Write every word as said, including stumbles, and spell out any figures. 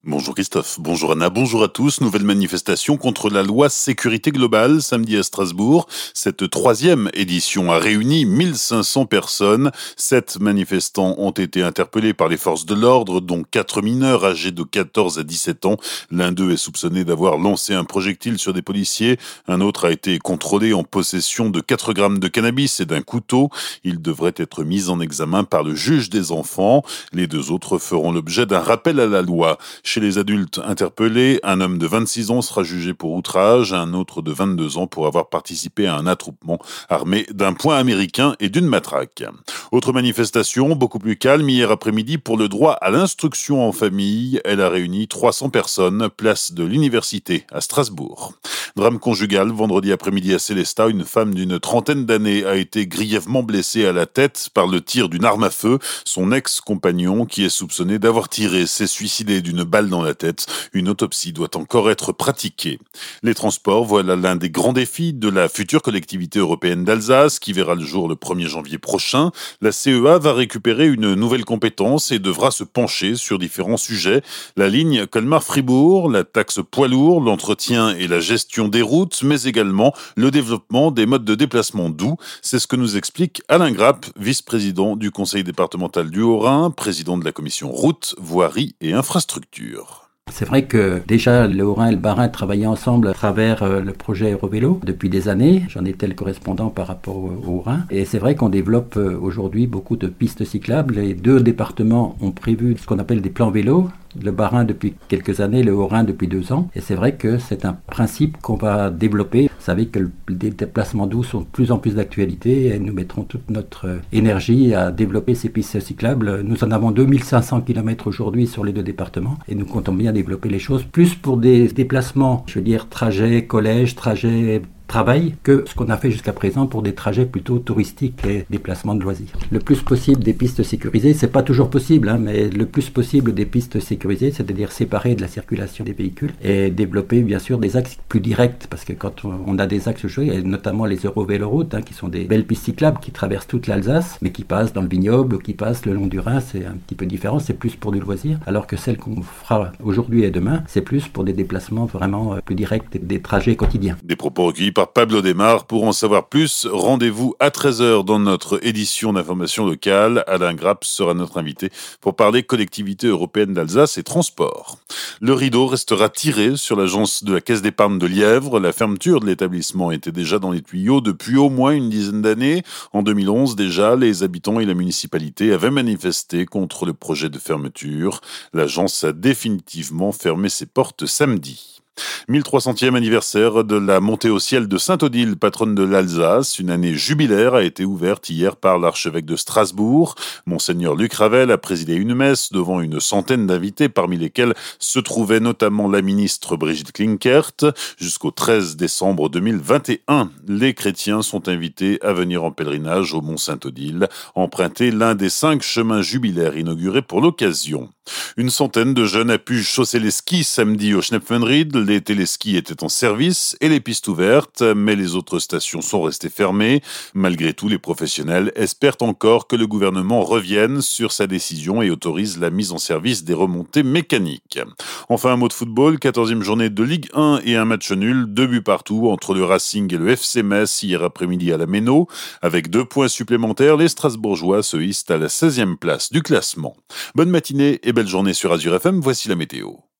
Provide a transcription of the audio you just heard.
Bonjour Christophe, bonjour Anna, bonjour à tous. Nouvelle manifestation contre la loi sécurité globale samedi à Strasbourg. Cette troisième édition a réuni mille cinq cents personnes. Sept manifestants ont été interpellés par les forces de l'ordre, dont quatre mineurs âgés de quatorze à dix-sept ans. L'un d'eux est soupçonné d'avoir lancé un projectile sur des policiers. Un autre a été contrôlé en possession de quatre grammes de cannabis et d'un couteau. Il devrait être mis en examen par le juge des enfants. Les deux autres feront l'objet d'un rappel à la loi. Chez les adultes interpellés, un homme de vingt-six ans sera jugé pour outrage, un autre de vingt-deux ans pour avoir participé à un attroupement armé d'un poing américain et d'une matraque. Autre manifestation, beaucoup plus calme, hier après-midi pour le droit à l'instruction en famille. Elle a réuni trois cents personnes, place de l'université à Strasbourg. Drame conjugal, vendredi après-midi à Célestat, une femme d'une trentaine d'années a été grièvement blessée à la tête par le tir d'une arme à feu. Son ex-compagnon, qui est soupçonné d'avoir tiré, s'est suicidé d'une balle dans la tête. Une autopsie doit encore être pratiquée. Les transports, voilà l'un des grands défis de la future collectivité européenne d'Alsace, qui verra le jour le premier janvier prochain. La C E A va récupérer une nouvelle compétence et devra se pencher sur différents sujets. La ligne Colmar-Fribourg, la taxe poids lourd, l'entretien et la gestion des routes, mais également le développement des modes de déplacement doux. C'est ce que nous explique Alain Grappe, vice-président du conseil départemental du Haut-Rhin, président de la commission route, voirie et infrastructure. C'est vrai que déjà le Haut-Rhin et le Bas-Rhin travaillaient ensemble à travers euh, le projet Eurovélo depuis des années. J'en étais le correspondant par rapport au, au Haut-Rhin. Et c'est vrai qu'on développe euh, aujourd'hui beaucoup de pistes cyclables. Les deux départements ont prévu ce qu'on appelle des plans vélo. Le Bas-Rhin depuis quelques années, le Haut-Rhin depuis deux ans. Et c'est vrai que c'est un principe qu'on va développer. Vous savez que les déplacements doux sont de plus en plus d'actualité et nous mettrons toute notre énergie à développer ces pistes cyclables. Nous en avons deux mille cinq cents kilomètres aujourd'hui sur les deux départements et nous comptons bien développer les choses plus pour des déplacements, je veux dire trajet collège, trajet travail que ce qu'on a fait jusqu'à présent pour des trajets plutôt touristiques et déplacements de loisirs. Le plus possible des pistes sécurisées, c'est pas toujours possible, hein, mais le plus possible des pistes sécurisées, c'est-à-dire séparées de la circulation des véhicules et développer bien sûr des axes plus directs, parce que quand on a des axes joués, et notamment les Eurovéloroutes, hein, qui sont des belles pistes cyclables qui traversent toute l'Alsace, mais qui passent dans le vignoble, qui passent le long du Rhin, c'est un petit peu différent, c'est plus pour du loisir, alors que celles qu'on fera aujourd'hui et demain, c'est plus pour des déplacements vraiment plus directs, des trajets quotidiens. Des propos recueillis par Pablo Desmar. Pour en savoir plus, rendez-vous à treize heures dans notre édition d'information locale. Alain Grappe sera notre invité pour parler collectivité européenne d'Alsace et transport. Le rideau restera tiré sur l'agence de la Caisse d'épargne de Lièvre. La fermeture de l'établissement était déjà dans les tuyaux depuis au moins une dizaine d'années. En deux mille onze déjà, les habitants et la municipalité avaient manifesté contre le projet de fermeture. L'agence a définitivement fermé ses portes samedi. mille trois centième anniversaire de la montée au ciel de Sainte-Odile, patronne de l'Alsace. Une année jubilaire a été ouverte hier par l'archevêque de Strasbourg. Monseigneur Luc Ravel a présidé une messe devant une centaine d'invités, parmi lesquels se trouvait notamment la ministre Brigitte Klinkert. Jusqu'au treize décembre deux mille vingt et un, les chrétiens sont invités à venir en pèlerinage au Mont Sainte-Odile, emprunter l'un des cinq chemins jubilaires inaugurés pour l'occasion. Une centaine de jeunes a pu chausser les skis samedi au Schnepfenried. Les téléskis étaient en service et les pistes ouvertes, mais les autres stations sont restées fermées. Malgré tout, les professionnels espèrent encore que le gouvernement revienne sur sa décision et autorise la mise en service des remontées mécaniques. Enfin, un mot de football, quatorzième journée de Ligue un et un match nul, deux buts partout entre le Racing et le F C Metz hier après-midi à la Méno. Avec deux points supplémentaires, les Strasbourgeois se hissent à la seizième place du classement. Bonne matinée et belle journée sur Azure F M, voici la météo.